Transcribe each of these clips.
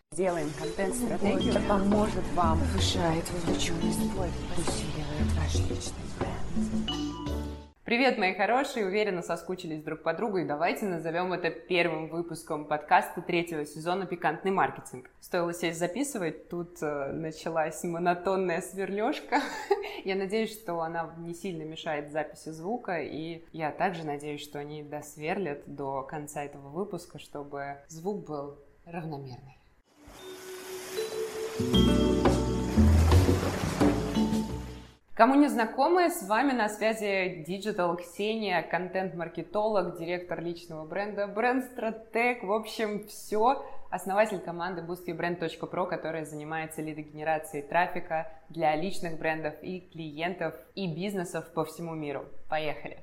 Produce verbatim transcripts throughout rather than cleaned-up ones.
Делаем контент-стратегию, которая поможет вам повышать вовлеченность в блоге, усиливает ваш личный бренд. Привет, мои хорошие! Уверенно соскучились друг по другу, и давайте назовем это первым выпуском подкаста третьего сезона «Пикантный маркетинг». Стоило сесть записывать, тут э, началась монотонная сверлежка. Я надеюсь, что она не сильно мешает записи звука, и я также надеюсь, что они досверлят до конца этого выпуска, чтобы звук был равномерный. Кому не знакомы, с вами на связи Digital Ксения, контент-маркетолог, директор личного бренда, бренд-стратег, в общем, все. Основатель команды boostyourbrand точка про, которая занимается лидогенерацией трафика для личных брендов и клиентов, и бизнесов по всему миру. Поехали!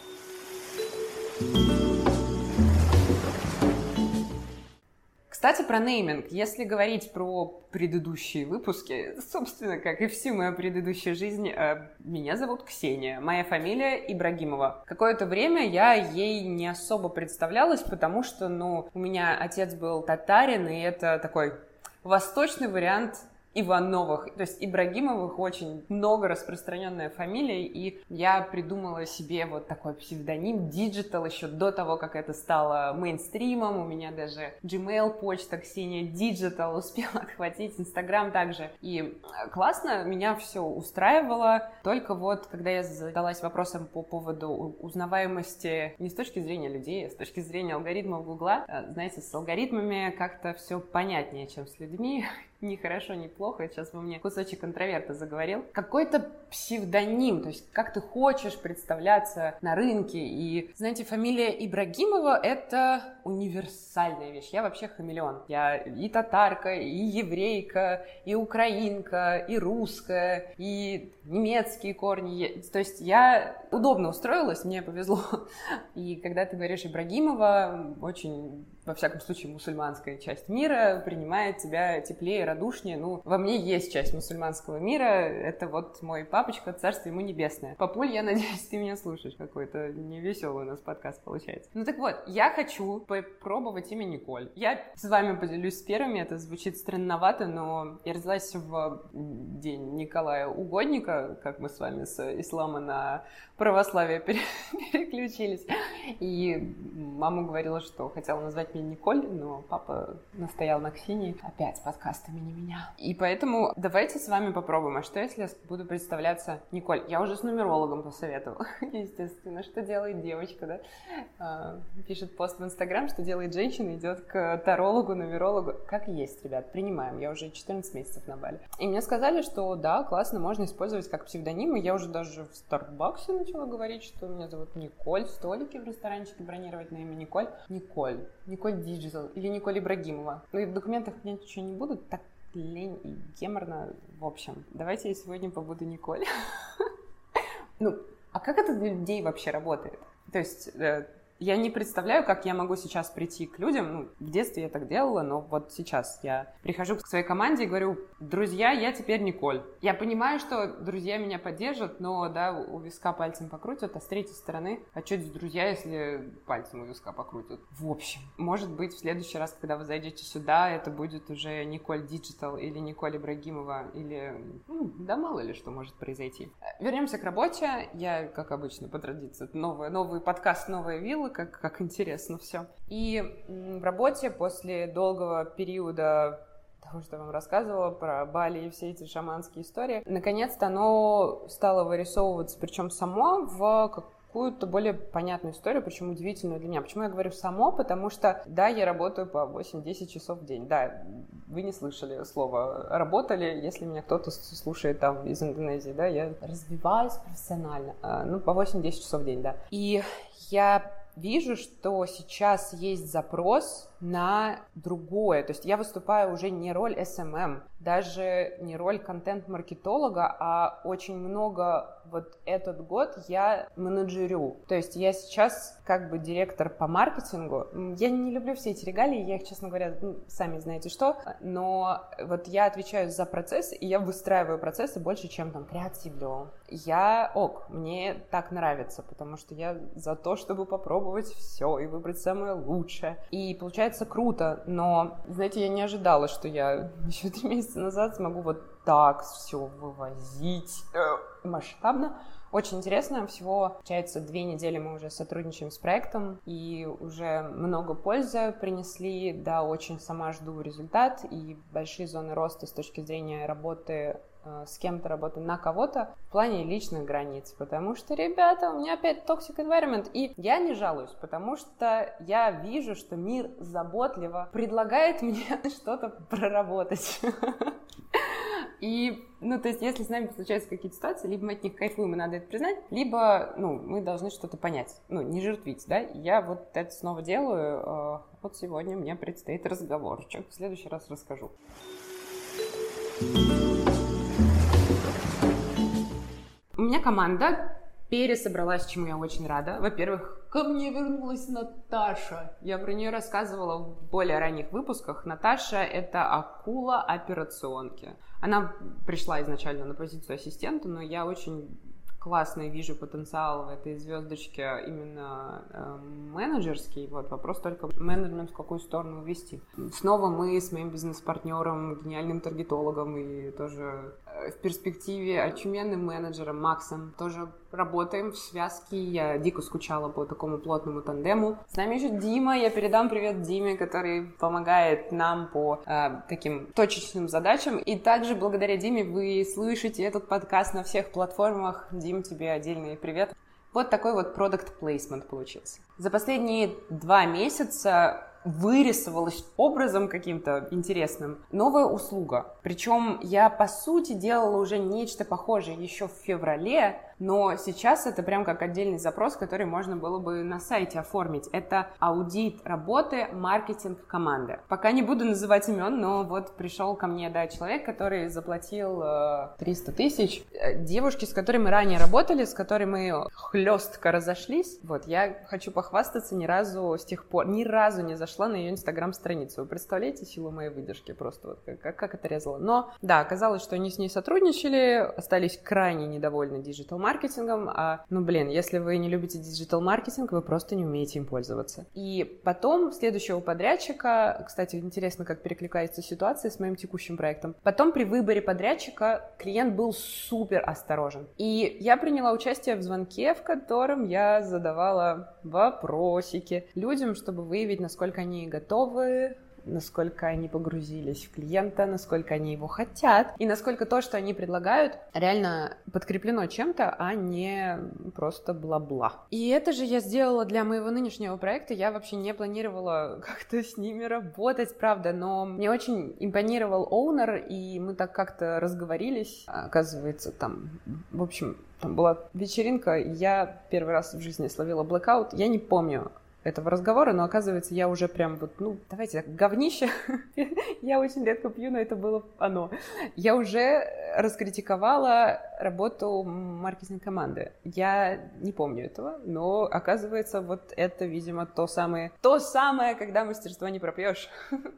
Кстати, про нейминг. Если говорить про предыдущие выпуски, собственно, как и всю мою предыдущую жизнь, меня зовут Ксения, моя фамилия Ибрагимова. Какое-то время я ей не особо представлялась, потому что, ну, у меня отец был татарин, и это такой восточный вариант Ивановых, то есть Ибрагимовых очень много распространенная фамилия, и я придумала себе вот такой псевдоним Digital еще до того, как это стало мейнстримом. У меня даже Gmail почта Ксения Digital успела отхватить, Instagram также. И классно, меня все устраивало, только вот когда я задалась вопросом по поводу узнаваемости не с точки зрения людей, а с точки зрения алгоритмов Гугла, знаете, с алгоритмами как-то все понятнее, чем с людьми. Ни хорошо, ни плохо. Сейчас во мне кусочек интроверта заговорил. Какой-то псевдоним, то есть как ты хочешь представляться на рынке. И, знаете, фамилия Ибрагимова — это универсальная вещь. Я вообще хамелеон. Я и татарка, и еврейка, и украинка, и русская, и немецкие корни. То есть я удобно устроилась, мне повезло. И когда ты говоришь Ибрагимова, очень, во всяком случае, мусульманская часть мира принимает тебя теплее, радушнее. Ну, во мне есть часть мусульманского мира. Это вот мой папочка, царство ему небесное. Папуль, я надеюсь, ты меня слушаешь. Какой-то невеселый у нас подкаст получается. Ну так вот, я хочу попробовать имя Николь. Я с вами поделюсь с первыми. Это звучит странновато, но я родилась в день Николая Угодника, как мы с вами с ислама на православие переключились. И мама говорила, что хотела назвать меня Николь, но папа настоял на Ксении. Опять подкаст имени меня. И поэтому давайте с вами попробуем. А что, если я буду представляться Николь? Я уже с нумерологом посоветовала, естественно. Что делает девочка, да? А, пишет пост в Инстаграм, что делает женщина, идет к тарологу, нумерологу. Как есть, ребят, принимаем. Я уже четырнадцать месяцев на Бали. И мне сказали, что да, классно, можно использовать как псевдоним. И я уже даже в Старбаксе начала говорить, что меня зовут Николь. Столики в ресторанчике бронировать на имя Николь. Николь. Николь Digital. Или Николь Ибрагимова. Ну и в документах мне ничего не будут. Так лень и геморно. В общем, давайте я сегодня побуду Николь. Ну, а как это для людей вообще работает? То есть... Я не представляю, как я могу сейчас прийти к людям. Ну, в детстве я так делала, но вот сейчас я прихожу к своей команде и говорю: друзья, я теперь Николь. Я понимаю, что друзья меня поддержат, но, да, у виска пальцем покрутят, а с третьей стороны, а что это друзья, если пальцем у виска покрутят? В общем, может быть, в следующий раз, когда вы зайдете сюда, это будет уже Николь Digital или Николь Ибрагимова, или... Ну, да мало ли что может произойти. Вернемся к работе. Я, как обычно, по традиции, новый, новый подкаст, новая вилла. Как, как интересно все. И в работе после долгого периода того, что я вам рассказывала про Бали и все эти шаманские истории, наконец-то оно стало вырисовываться, причем само, в какую-то более понятную историю, причем удивительную для меня. Почему я говорю само? Потому что, да, я работаю по восемь-десять часов в день. Да, вы не слышали слово «работали», если меня кто-то слушает там из Индонезии, да, я развиваюсь профессионально. Ну, по восемь-десять часов в день, да. И я вижу, что сейчас есть запрос на другое. То есть я выступаю уже не роль эс эм эм, даже не роль контент-маркетолога, а очень много вот этот год я менеджерю. То есть я сейчас как бы директор по маркетингу. Я не люблю все эти регалии, я их, честно говоря, ну, сами знаете что, но вот я отвечаю за процессы, и я выстраиваю процессы больше, чем там креативлю. Я ок, мне так нравится, потому что я за то, чтобы попробовать все и выбрать самое лучшее. И получается круто, но, знаете, я не ожидала, что я еще три месяца назад смогу вот так все вывозить э, масштабно. Очень интересно, всего, получается, две недели мы уже сотрудничаем с проектом, и уже много пользы принесли, да, очень сама жду результат, и большие зоны роста с точки зрения работы э, с кем-то, работы на кого-то в плане личных границ, потому что, ребята, у меня опять toxic environment, и я не жалуюсь, потому что я вижу, что мир заботливо предлагает мне что-то проработать. И, ну, то есть, если с нами случаются какие-то ситуации, либо мы от них кайфуем, и надо это признать, либо, ну, мы должны что-то понять, ну, не жертвить, да, я вот это снова делаю, вот сегодня мне предстоит разговорчик, в следующий раз расскажу. У меня команда пересобралась, чему я очень рада. Во-первых, ко мне вернулась Наташа. Я про нее рассказывала в более ранних выпусках. Наташа — это акула операционки. Она пришла изначально на позицию ассистента, но я очень классно вижу потенциал в этой звездочке именно э, менеджерский. Вот, вопрос только менеджмент в какую сторону увести. Снова мы с моим бизнес-партнером, гениальным таргетологом и тоже э, в перспективе очуменным менеджером Максом тоже работаем в связке. Я дико скучала по такому плотному тандему. С нами еще Дима. Я передам привет Диме, который помогает нам по э, таким точечным задачам. И также благодаря Диме вы слышите этот подкаст на всех платформах. Дим, тебе отдельный привет. Вот такой вот product placement получился. За последние два месяца вырисовалась образом каким-то интересным новая услуга. Причем я, по сути, делала уже нечто похожее еще в феврале, но сейчас это прям как отдельный запрос, который можно было бы на сайте оформить. Это аудит работы маркетинг команды. Пока не буду называть имен, но вот пришел ко мне, да, человек, который заплатил э, триста тысяч. Девушке, с которой мы ранее работали, с которой мы хлестко разошлись. Вот, я хочу похвастаться, ни разу с тех пор, ни разу не зашла на ее инстаграм-страницу. Вы представляете силу моей выдержки? Просто вот как, как это резало. Но, да, оказалось, что они с ней сотрудничали, остались крайне недовольны диджитал-маркетингом, а, ну, блин, если вы не любите диджитал-маркетинг, вы просто не умеете им пользоваться. И потом следующего подрядчика, кстати, интересно, как перекликается ситуация с моим текущим проектом, потом при выборе подрядчика клиент был супер осторожен. И я приняла участие в звонке, в котором я задавала вопросики людям, чтобы выявить, насколько они готовы, насколько они погрузились в клиента, насколько они его хотят, и насколько то, что они предлагают, реально подкреплено чем-то, а не просто бла-бла. И это же я сделала для моего нынешнего проекта. Я вообще не планировала как-то с ними работать, правда, но мне очень импонировал оунер, и мы так как-то разговорились. Оказывается, там, в общем, там была вечеринка, и я первый раз в жизни словила блэкаут. Я не помню этого разговора, но оказывается, я уже прям вот, ну, давайте так, говнище. Я очень редко пью, но это было оно. Я уже раскритиковала работу маркетинг-команды. Я не помню этого, но оказывается, вот это, видимо, то самое, то самое, когда мастерство не пропьешь.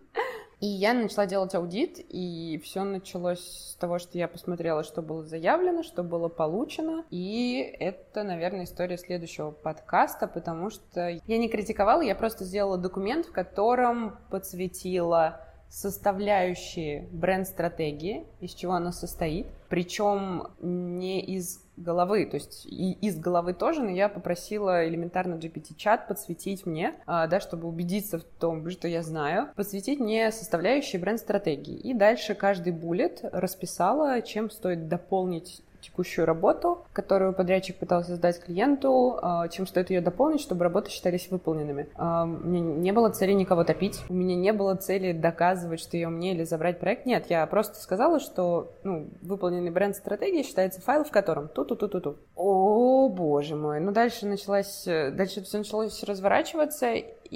И я начала делать аудит, и все началось с того, что я посмотрела, что было заявлено, что было получено. И это, наверное, история следующего подкаста, потому что я не критиковала, я просто сделала документ, в котором подсветила составляющие бренд-стратегии, из чего она состоит, причем не из головы, то есть и из головы тоже, но я попросила элементарно джи пи ти-чат подсветить мне, да, чтобы убедиться в том, что я знаю, подсветить мне составляющие бренд-стратегии. И дальше каждый буллет расписала, чем стоит дополнить текущую работу, которую подрядчик пытался сдать клиенту, чем стоит ее дополнить, чтобы работы считались выполненными. У меня не было цели никого топить, у меня не было цели доказывать, что я умнее или забрать проект. Нет, я просто сказала, что ну, выполненный бренд стратегии считается файл, в котором ту-ту-ту-ту-ту. О, о боже мой. Ну, дальше началась, дальше все началось разворачиваться,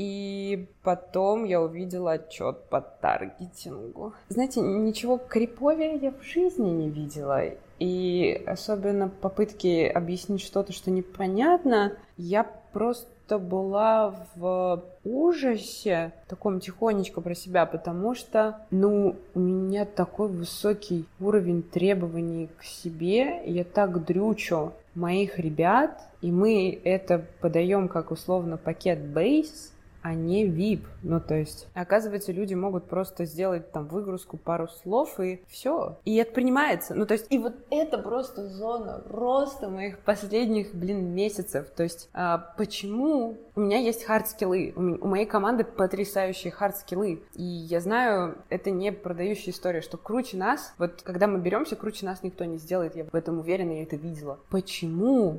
и потом я увидела отчет по таргетингу. Знаете, ничего криповее я в жизни не видела. И особенно попытки объяснить что-то, что непонятно, я просто была в ужасе, таком тихонечко про себя, потому что, ну, у меня такой высокий уровень требований к себе, я так дрючу моих ребят, и мы это подаем как условно пакет бейс, а не ви ай пи. Ну, то есть, оказывается, люди могут просто сделать там выгрузку, пару слов, и все. И это принимается. Ну, то есть, и вот это просто зона роста моих последних, блин, месяцев. То есть, а, почему у меня есть хард-скиллы? У, м- у моей команды потрясающие хард-скиллы. И я знаю, это не продающая история, что круче нас, вот когда мы беремся, круче нас никто не сделает. Я в этом уверена, я это видела. Почему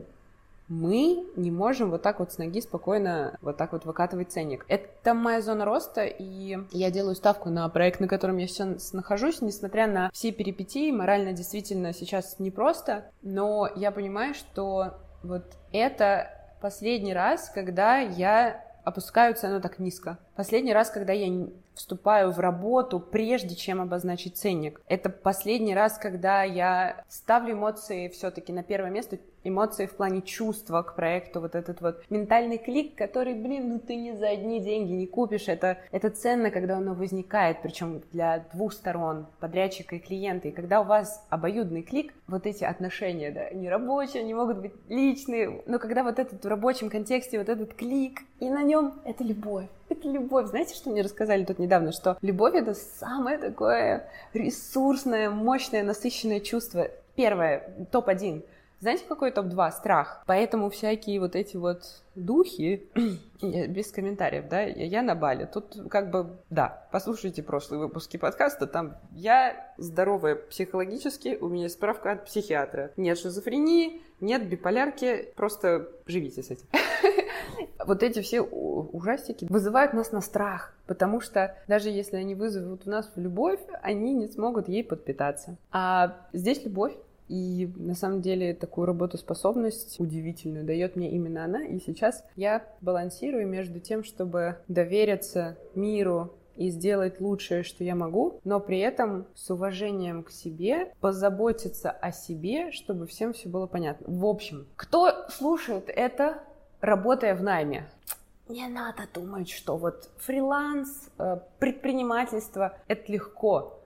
мы не можем вот так вот с ноги спокойно вот так вот выкатывать ценник? Это моя зона роста, и я делаю ставку на проект, на котором я сейчас нахожусь, несмотря на все перипетии. Морально действительно сейчас непросто, но я понимаю, что вот это последний раз, когда я опускаю цену так низко. Последний раз, когда я вступаю в работу, прежде чем обозначить ценник. Это последний раз, когда я ставлю эмоции все-таки на первое место, эмоции в плане чувства к проекту, вот этот вот ментальный клик, который, блин, ну ты не за одни деньги не купишь, это, это ценно, когда оно возникает, причем для двух сторон, подрядчика и клиента, и когда у вас обоюдный клик, вот эти отношения, да, не рабочие, они могут быть личные, но когда вот этот в рабочем контексте, вот этот клик, и на нем это любовь. Это любовь. Знаете, что мне рассказали тут недавно? Что любовь — это самое такое ресурсное, мощное, насыщенное чувство. Первое, топ один. Знаете, какой топ два? Страх. Поэтому всякие вот эти вот духи, без комментариев, да, я на Бали. Тут как бы, да, послушайте прошлые выпуски подкаста, там я здоровая психологически, у меня есть справка от психиатра. Нет шизофрении, нет биполярки, просто живите с этим. Вот эти все ужастики вызывают нас на страх, потому что даже если они вызовут в нас любовь, они не смогут ей подпитаться. А здесь любовь. И на самом деле такую работоспособность удивительную дает мне именно она. И сейчас я балансирую между тем, чтобы довериться миру и сделать лучшее, что я могу, но при этом с уважением к себе позаботиться о себе, чтобы всем все было понятно. В общем, кто слушает это, работая в найме? Не надо думать, что вот фриланс, предпринимательство — это легко.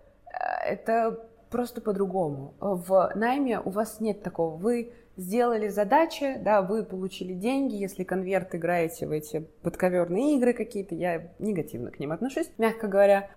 Это просто по-другому. В найме у вас нет такого. Вы сделали задачи, да, вы получили деньги. Если конверт играете в эти подковерные игры какие-то, я негативно к ним отношусь, мягко говоря.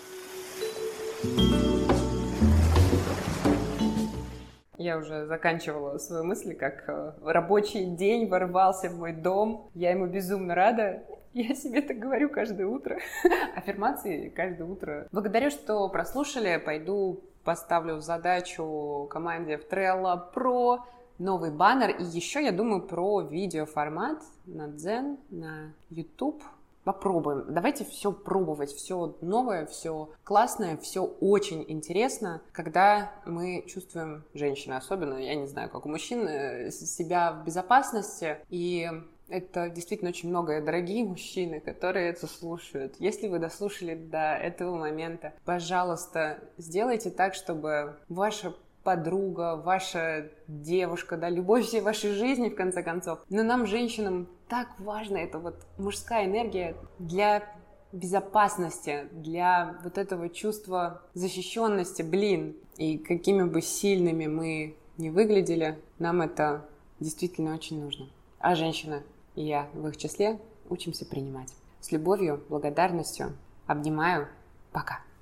Я уже заканчивала свои мысли, как рабочий день ворвался в мой дом. Я ему безумно рада. Я себе так говорю каждое утро. Аффирмации каждое утро. Благодарю, что прослушали. Пойду поставлю в задачу команде в Trello про новый баннер. И еще я думаю про видеоформат на Дзен, на YouTube. Попробуем. Давайте все пробовать, все новое, все классное, все очень интересно, когда мы чувствуем, женщины особенно, я не знаю, как у мужчин, себя в безопасности. И это действительно очень много, дорогие мужчины, которые это слушают. Если вы дослушали до этого момента, пожалуйста, сделайте так, чтобы ваша подруга, ваша девушка, да, любовь всей вашей жизни, в конце концов. Но нам, женщинам, так важно эта вот мужская энергия для безопасности, для вот этого чувства защищенности, блин. И какими бы сильными мы ни выглядели, нам это действительно очень нужно. А женщины, и я в их числе, учимся принимать. С любовью, благодарностью. Обнимаю. Пока.